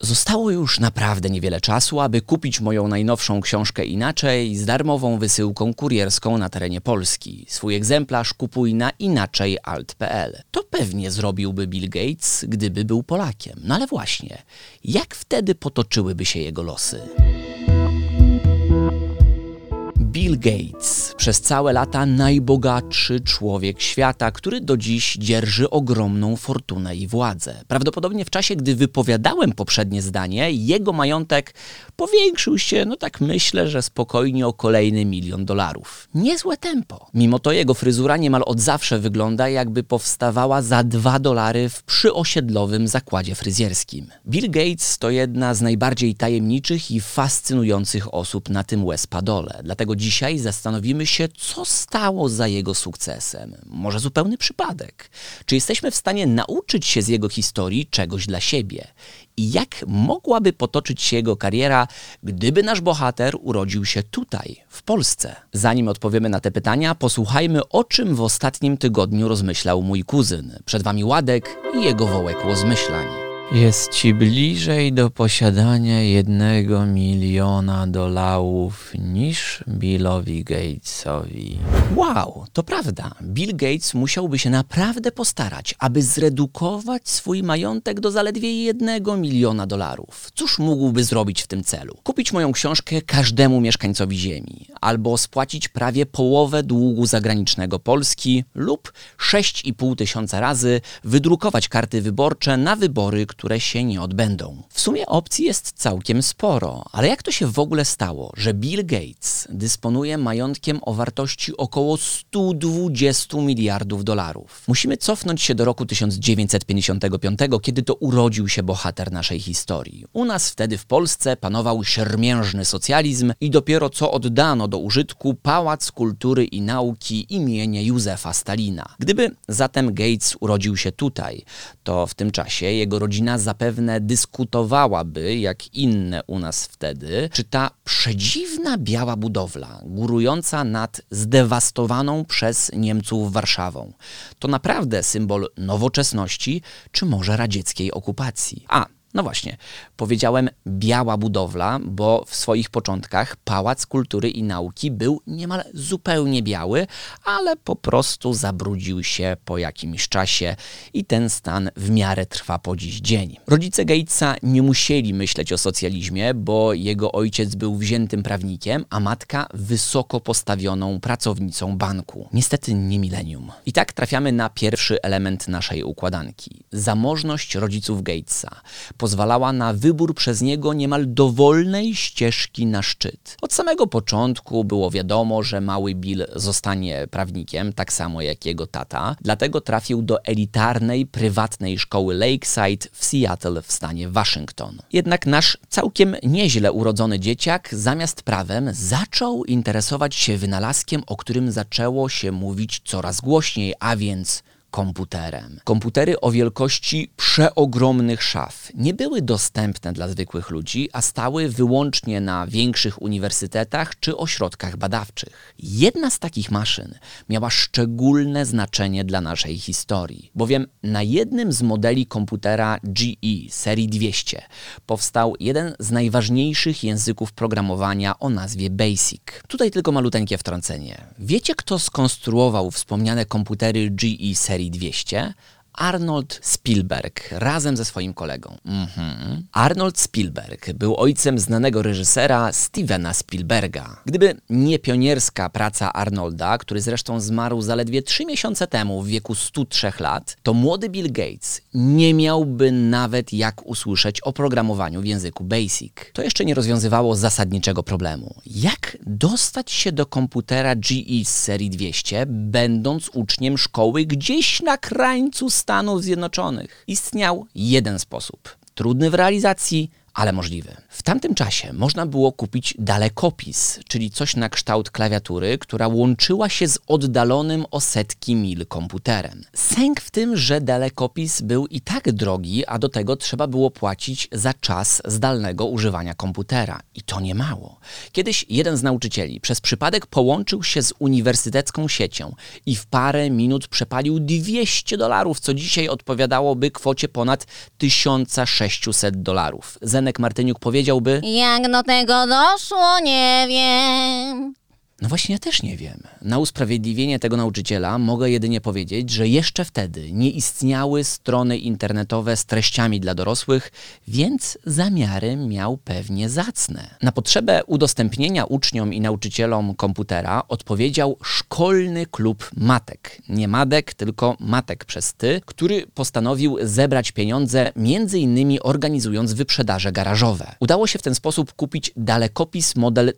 Zostało już naprawdę niewiele czasu, aby kupić moją najnowszą książkę Inaczej z darmową wysyłką kurierską na terenie Polski. Swój egzemplarz kupuj na inaczejalt.pl. To pewnie zrobiłby Bill Gates, gdyby był Polakiem. No ale właśnie, jak wtedy potoczyłyby się jego losy? Bill Gates, przez całe lata najbogatszy człowiek świata, który do dziś dzierży ogromną fortunę i władzę. Prawdopodobnie w czasie, gdy wypowiadałem poprzednie zdanie, jego majątek powiększył się, tak myślę, że spokojnie o kolejny $1 milion. Niezłe tempo. Mimo to jego fryzura niemal od zawsze wygląda, jakby powstawała za $2 w przyosiedlowym zakładzie fryzjerskim. Bill Gates to jedna z najbardziej tajemniczych i fascynujących osób na tym łez-padole. Dlatego dzisiaj zastanowimy się, co stało za jego sukcesem. Może zupełny przypadek? Czy jesteśmy w stanie nauczyć się z jego historii czegoś dla siebie? I jak mogłaby potoczyć się jego kariera, gdyby nasz bohater urodził się tutaj, w Polsce? Zanim odpowiemy na te pytania, posłuchajmy, o czym w ostatnim tygodniu rozmyślał mój kuzyn. Przed wami Ładek i jego wołek rozmyślań. Jest ci bliżej do posiadania $1 miliona niż Billowi Gatesowi. Wow, to prawda. Bill Gates musiałby się naprawdę postarać, aby zredukować swój majątek do zaledwie $1 miliona. Cóż mógłby zrobić w tym celu? Kupić moją książkę każdemu mieszkańcowi Ziemi, albo spłacić prawie połowę długu zagranicznego Polski lub 6,5 tysiąca razy wydrukować karty wyborcze na wybory, które się nie odbędą. W sumie opcji jest całkiem sporo, ale jak to się w ogóle stało, że Bill Gates dysponuje majątkiem o wartości około $120 miliardów? Musimy cofnąć się do roku 1955, kiedy to urodził się bohater naszej historii. U nas wtedy w Polsce panował siermiężny socjalizm i dopiero co oddano do użytku Pałac Kultury i Nauki imienia Józefa Stalina. Gdyby zatem Gates urodził się tutaj, to w tym czasie jego rodzina zapewne dyskutowałaby, jak inne u nas wtedy, czy ta przedziwna biała budowla, górująca nad zdewastowaną przez Niemców Warszawą, to naprawdę symbol nowoczesności, czy może radzieckiej okupacji? No właśnie, powiedziałem biała budowla, bo w swoich początkach Pałac Kultury i Nauki był niemal zupełnie biały, ale po prostu zabrudził się po jakimś czasie i ten stan w miarę trwa po dziś dzień. Rodzice Gatesa nie musieli myśleć o socjalizmie, bo jego ojciec był wziętym prawnikiem, a matka wysoko postawioną pracownicą banku. Niestety nie milenium. I tak trafiamy na pierwszy element naszej układanki. Zamożność rodziców Gatesa pozwalała na wybór przez niego niemal dowolnej ścieżki na szczyt. Od samego początku było wiadomo, że mały Bill zostanie prawnikiem, tak samo jak jego tata, dlatego trafił do elitarnej, prywatnej szkoły Lakeside w Seattle w stanie Waszyngton. Jednak nasz całkiem nieźle urodzony dzieciak zamiast prawem zaczął interesować się wynalazkiem, o którym zaczęło się mówić coraz głośniej, a więc komputerem. Komputery o wielkości przeogromnych szaf nie były dostępne dla zwykłych ludzi, a stały wyłącznie na większych uniwersytetach czy ośrodkach badawczych. Jedna z takich maszyn miała szczególne znaczenie dla naszej historii, bowiem na jednym z modeli komputera GE serii 200 powstał jeden z najważniejszych języków programowania o nazwie BASIC. Tutaj tylko maluteńkie wtrącenie. Wiecie, kto skonstruował wspomniane komputery GE serii 200? Arnold Spielberg razem ze swoim kolegą. Arnold Spielberg był ojcem znanego reżysera Stevena Spielberga. Gdyby nie pionierska praca Arnolda, który zresztą zmarł zaledwie 3 miesiące temu w wieku 103 lat, to młody Bill Gates nie miałby nawet jak usłyszeć o programowaniu w języku BASIC. To jeszcze nie rozwiązywało zasadniczego problemu. Jak dostać się do komputera GE z serii 200, będąc uczniem szkoły gdzieś na krańcu Stanów Zjednoczonych? Istniał jeden sposób. Trudny w realizacji, ale możliwy. W tamtym czasie można było kupić dalekopis, czyli coś na kształt klawiatury, która łączyła się z oddalonym o setki mil komputerem. Sęk w tym, że dalekopis był i tak drogi, a do tego trzeba było płacić za czas zdalnego używania komputera. I to nie mało. Kiedyś jeden z nauczycieli przez przypadek połączył się z uniwersytecką siecią i w parę minut przepalił $200, co dzisiaj odpowiadałoby kwocie ponad $1600. Zenek Martyniuk powiedziałby: Jak do tego doszło, nie wiem. no właśnie, ja też nie wiem. Na usprawiedliwienie tego nauczyciela mogę jedynie powiedzieć, że jeszcze wtedy nie istniały strony internetowe z treściami dla dorosłych, więc zamiary miał pewnie zacne. Na potrzebę udostępnienia uczniom i nauczycielom komputera odpowiedział Szkolny Klub Matek. Nie Madek, tylko Matek przez ty, który postanowił zebrać pieniądze, m.in. organizując wyprzedaże garażowe. Udało się w ten sposób kupić dalekopis model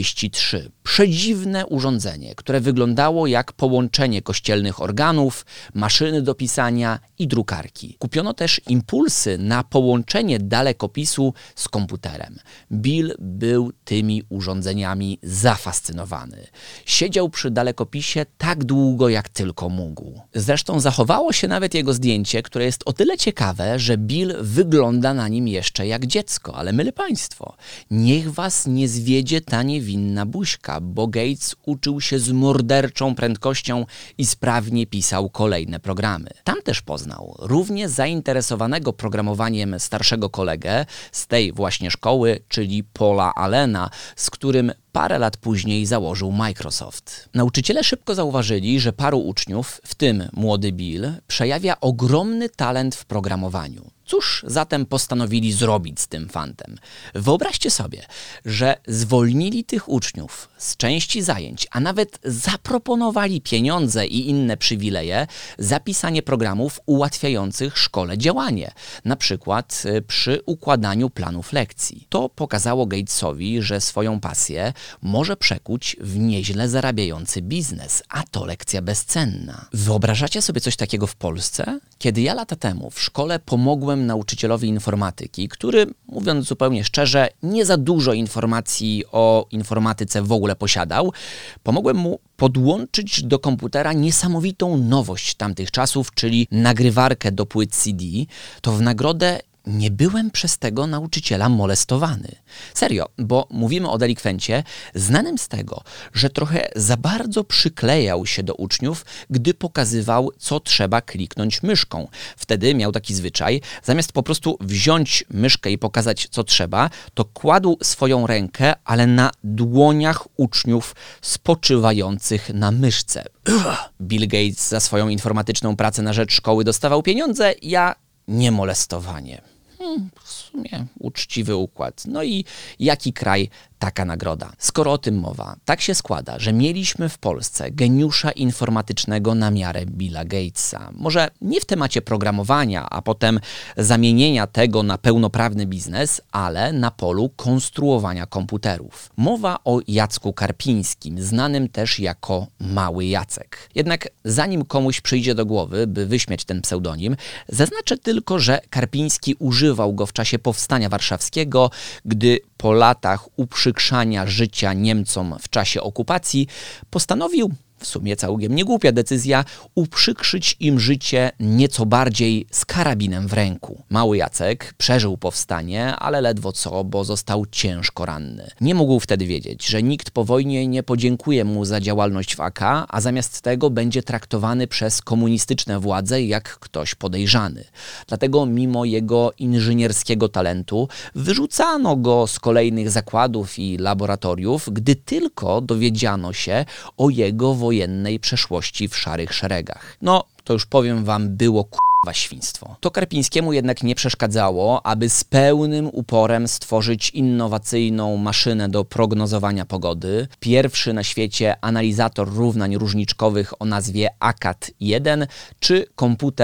33. Przedziwne urządzenie, które wyglądało jak połączenie kościelnych organów, maszyny do pisania i drukarki. Kupiono też impulsy na połączenie dalekopisu z komputerem. Bill był tymi urządzeniami zafascynowany. Siedział przy dalekopisie tak długo, jak tylko mógł. Zresztą zachowało się nawet jego zdjęcie, które jest o tyle ciekawe, że Bill wygląda na nim jeszcze jak dziecko. Ale mylę państwo, niech was nie zwiedzie ta niewinna buźka, bo Gates uczył się z morderczą prędkością i sprawnie pisał kolejne programy. Tam też poznał równie zainteresowanego programowaniem starszego kolegę z tej właśnie szkoły, czyli Paula Allena, z którym parę lat później założył Microsoft. Nauczyciele szybko zauważyli, że paru uczniów, w tym młody Bill, przejawia ogromny talent w programowaniu. Cóż zatem postanowili zrobić z tym fantem? Wyobraźcie sobie, że zwolnili tych uczniów z części zajęć, a nawet zaproponowali pieniądze i inne przywileje za pisanie programów ułatwiających szkole działanie, na przykład przy układaniu planów lekcji. To pokazało Gatesowi, że swoją pasję może przekuć w nieźle zarabiający biznes, a to lekcja bezcenna. Wyobrażacie sobie coś takiego w Polsce? Kiedy ja lata temu w szkole pomogłem nauczycielowi informatyki, który, mówiąc zupełnie szczerze, nie za dużo informacji o informatyce w ogóle posiadał, pomogłem mu podłączyć do komputera niesamowitą nowość tamtych czasów, czyli nagrywarkę do płyt CD, to w nagrodę nie byłem przez tego nauczyciela molestowany. Serio, bo mówimy o delikwencie znanym z tego, że trochę za bardzo przyklejał się do uczniów, gdy pokazywał, co trzeba kliknąć myszką. Wtedy miał taki zwyczaj, zamiast po prostu wziąć myszkę i pokazać, co trzeba, to kładł swoją rękę, ale na dłoniach uczniów spoczywających na myszce. Bill Gates za swoją informatyczną pracę na rzecz szkoły dostawał pieniądze, ja niemolestowanie. W sumie uczciwy układ. No i jaki kraj, taka nagroda. Skoro o tym mowa, tak się składa, że mieliśmy w Polsce geniusza informatycznego na miarę Billa Gatesa. Może nie w temacie programowania, a potem zamienienia tego na pełnoprawny biznes, ale na polu konstruowania komputerów. Mowa o Jacku Karpińskim, znanym też jako Mały Jacek. Jednak zanim komuś przyjdzie do głowy, by wyśmiać ten pseudonim, zaznaczę tylko, że Karpiński używał go w czasie Powstania Warszawskiego, gdy po latach uprzykrzania życia Niemcom w czasie okupacji postanowił, w sumie całkiem niegłupia decyzja, uprzykrzyć im życie nieco bardziej z karabinem w ręku. Mały Jacek przeżył powstanie, ale ledwo co, bo został ciężko ranny. Nie mógł wtedy wiedzieć, że nikt po wojnie nie podziękuje mu za działalność w AK, a zamiast tego będzie traktowany przez komunistyczne władze jak ktoś podejrzany. Dlatego mimo jego inżynierskiego talentu wyrzucano go z kolejnych zakładów i laboratoriów, gdy tylko dowiedziano się o jego wojennej przeszłości w szarych szeregach. No, to już powiem wam, było świństwo. To Karpińskiemu jednak nie przeszkadzało, aby z pełnym uporem stworzyć innowacyjną maszynę do prognozowania pogody. Pierwszy na świecie analizator równań różniczkowych o nazwie ACAD-1 czy komputer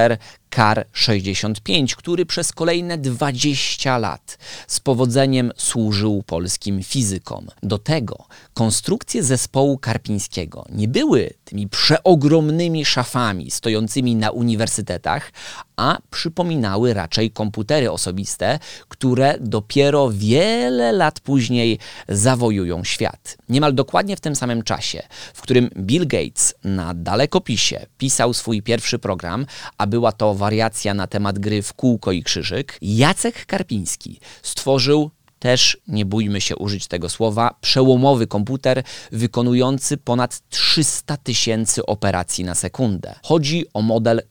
Kar 65, który przez kolejne 20 lat z powodzeniem służył polskim fizykom. Do tego konstrukcje zespołu karpińskiego nie były tymi przeogromnymi szafami stojącymi na uniwersytetach, a przypominały raczej komputery osobiste, które dopiero wiele lat później zawojują świat. Niemal dokładnie w tym samym czasie, w którym Bill Gates na dalekopisie pisał swój pierwszy program, a była to wariacja na temat gry w kółko i krzyżyk, Jacek Karpiński stworzył, też nie bójmy się użyć tego słowa, przełomowy komputer wykonujący ponad 300 000 operacji na sekundę. Chodzi o model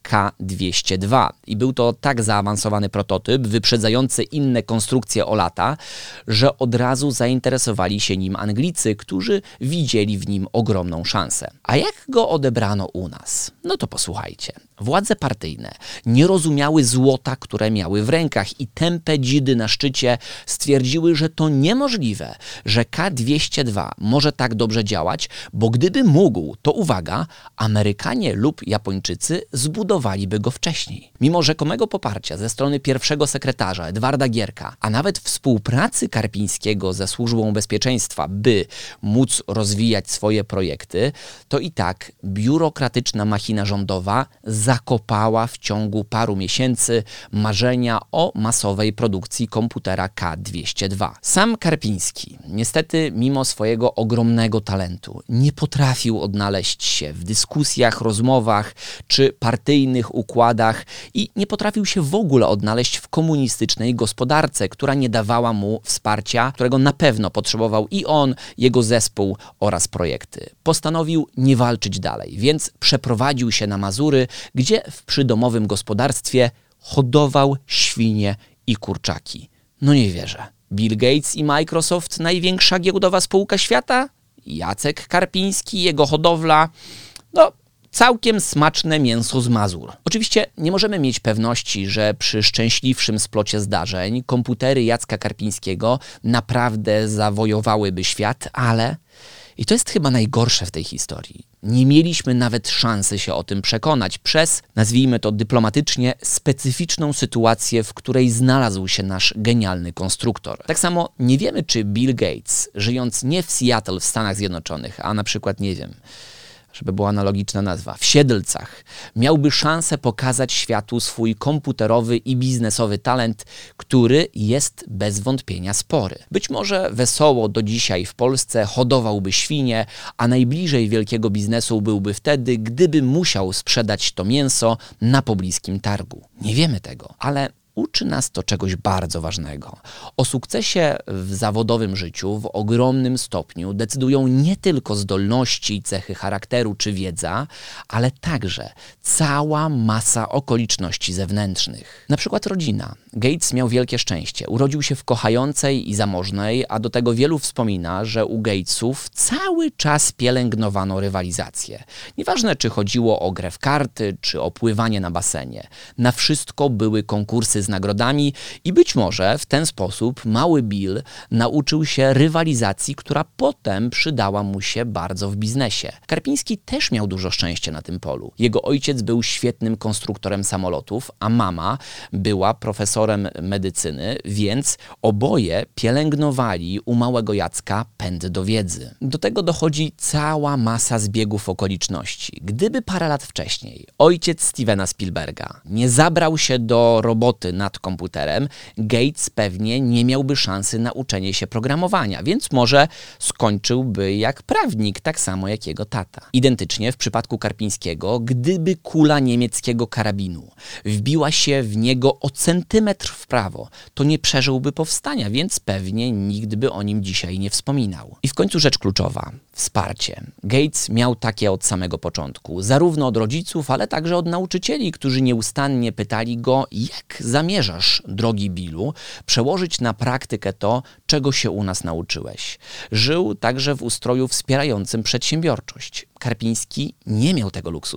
K202 i był to tak zaawansowany prototyp, wyprzedzający inne konstrukcje o lata, że od razu zainteresowali się nim Anglicy, którzy widzieli w nim ogromną szansę. A jak go odebrano u nas? No to posłuchajcie. Władze partyjne nie rozumiały złota, które miały w rękach i tępe dzidy na szczycie stwierdziły, że to niemożliwe, że K202 może tak dobrze działać, bo gdyby mógł, to uwaga, Amerykanie lub Japończycy zbudowaliby go wcześniej. Mimo rzekomego poparcia ze strony pierwszego sekretarza Edwarda Gierka, a nawet współpracy Karpińskiego ze Służbą Bezpieczeństwa, by móc rozwijać swoje projekty, to i tak biurokratyczna machina rządowa zakopała w ciągu paru miesięcy marzenia o masowej produkcji komputera K202. Sam Karpiński, niestety mimo swojego ogromnego talentu, nie potrafił odnaleźć się w dyskusjach, rozmowach czy partyjnych układach i nie potrafił się w ogóle odnaleźć w komunistycznej gospodarce, która nie dawała mu wsparcia, którego na pewno potrzebował i on, jego zespół oraz projekty. Postanowił nie walczyć dalej, więc przeprowadził się na Mazury, gdzie w przydomowym gospodarstwie hodował świnie i kurczaki. No nie wierzę. Bill Gates i Microsoft, największa giełdowa spółka świata? Jacek Karpiński, jego hodowla? No, całkiem smaczne mięso z Mazur. Oczywiście nie możemy mieć pewności, że przy szczęśliwszym splocie zdarzeń komputery Jacka Karpińskiego naprawdę zawojowałyby świat, ale, i to jest chyba najgorsze w tej historii, nie mieliśmy nawet szansy się o tym przekonać przez, nazwijmy to dyplomatycznie, specyficzną sytuację, w której znalazł się nasz genialny konstruktor. Tak samo nie wiemy, czy Bill Gates, żyjąc nie w Seattle w Stanach Zjednoczonych, a na przykład, nie wiem, żeby była analogiczna nazwa, w Siedlcach, miałby szansę pokazać światu swój komputerowy i biznesowy talent, który jest bez wątpienia spory. Być może wesoło do dzisiaj w Polsce hodowałby świnie, a najbliżej wielkiego biznesu byłby wtedy, gdyby musiał sprzedać to mięso na pobliskim targu. Nie wiemy tego, ale uczy nas to czegoś bardzo ważnego. O sukcesie w zawodowym życiu w ogromnym stopniu decydują nie tylko zdolności i cechy charakteru czy wiedza, ale także cała masa okoliczności zewnętrznych. Na przykład rodzina. Gates miał wielkie szczęście. Urodził się w kochającej i zamożnej, a do tego wielu wspomina, że u Gatesów cały czas pielęgnowano rywalizację. Nieważne, czy chodziło o grę w karty, czy o pływanie na basenie. Na wszystko były konkursy z nagrodami i być może w ten sposób mały Bill nauczył się rywalizacji, która potem przydała mu się bardzo w biznesie. Karpiński też miał dużo szczęścia na tym polu. Jego ojciec był świetnym konstruktorem samolotów, a mama była profesorem medycyny, więc oboje pielęgnowali u małego Jacka pęd do wiedzy. Do tego dochodzi cała masa zbiegów okoliczności. Gdyby parę lat wcześniej ojciec Stevena Spielberga nie zabrał się do roboty nad komputerem, Gates pewnie nie miałby szansy na uczenie się programowania, więc może skończyłby jak prawnik, tak samo jak jego tata. Identycznie w przypadku Karpińskiego, gdyby kula niemieckiego karabinu wbiła się w niego o centymetr w prawo, to nie przeżyłby powstania, więc pewnie nikt by o nim dzisiaj nie wspominał. I w końcu rzecz kluczowa. Wsparcie. Gates miał takie od samego początku, zarówno od rodziców, ale także od nauczycieli, którzy nieustannie pytali go, jak zamierzasz, drogi Billu, przełożyć na praktykę to, czego się u nas nauczyłeś. Żył także w ustroju wspierającym przedsiębiorczość. Karpiński nie miał tego luksusu.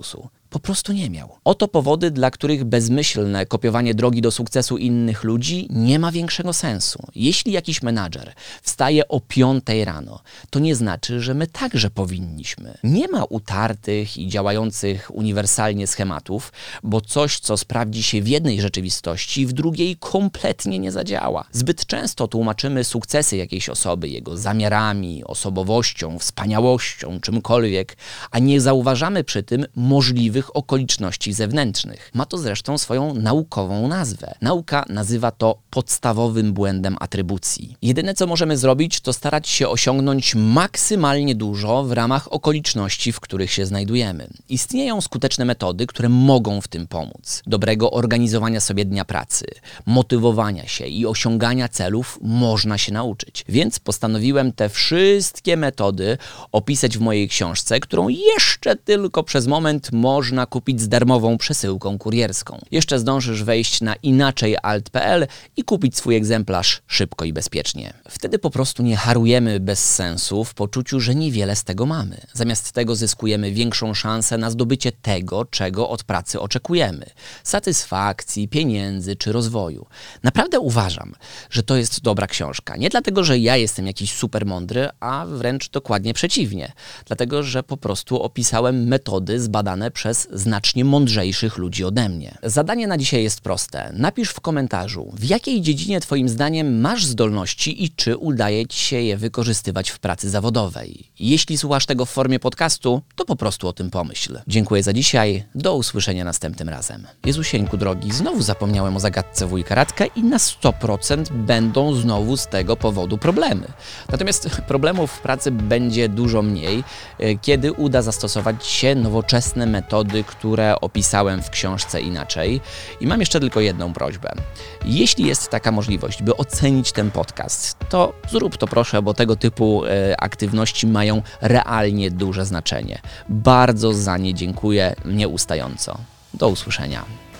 Po prostu nie miał. Oto powody, dla których bezmyślne kopiowanie drogi do sukcesu innych ludzi nie ma większego sensu. Jeśli jakiś menadżer wstaje o 5 rano, to nie znaczy, że my także powinniśmy. Nie ma utartych i działających uniwersalnie schematów, bo coś, co sprawdzi się w jednej rzeczywistości, w drugiej kompletnie nie zadziała. Zbyt często tłumaczymy sukcesy jakiejś osoby jego zamiarami, osobowością, wspaniałością, czymkolwiek, a nie zauważamy przy tym możliwych okoliczności zewnętrznych. Ma to zresztą swoją naukową nazwę. Nauka nazywa to podstawowym błędem atrybucji. Jedyne, co możemy zrobić, to starać się osiągnąć maksymalnie dużo w ramach okoliczności, w których się znajdujemy. Istnieją skuteczne metody, które mogą w tym pomóc. Dobrego organizowania sobie dnia pracy, motywowania się i osiągania celów można się nauczyć. Więc postanowiłem te wszystkie metody opisać w mojej książce, którą jeszcze tylko przez moment można kupić z darmową przesyłką kurierską. Jeszcze zdążysz wejść na inaczejalt.pl i kupić swój egzemplarz szybko i bezpiecznie. Wtedy po prostu nie harujemy bez sensu w poczuciu, że niewiele z tego mamy. Zamiast tego zyskujemy większą szansę na zdobycie tego, czego od pracy oczekujemy. Satysfakcji, pieniędzy czy rozwoju. Naprawdę uważam, że to jest dobra książka. Nie dlatego, że ja jestem jakiś super mądry, a wręcz dokładnie przeciwnie. Dlatego, że po prostu opisałem metody zbadane przez znacznie mądrzejszych ludzi ode mnie. Zadanie na dzisiaj jest proste. Napisz w komentarzu, w jakiej dziedzinie twoim zdaniem masz zdolności i czy udaje ci się je wykorzystywać w pracy zawodowej. Jeśli słuchasz tego w formie podcastu, to po prostu o tym pomyśl. Dziękuję za dzisiaj. Do usłyszenia następnym razem. Jezusieńku drogi, znowu zapomniałem o zagadce wujka Radka i na 100% będą znowu z tego powodu problemy. Natomiast problemów w pracy będzie dużo mniej, kiedy uda zastosować się nowoczesne metody, które opisałem w książce inaczej. I mam jeszcze tylko jedną prośbę. Jeśli jest taka możliwość, by ocenić ten podcast, to zrób to proszę, bo tego typu aktywności mają realnie duże znaczenie. Bardzo za nie dziękuję nieustająco. Do usłyszenia.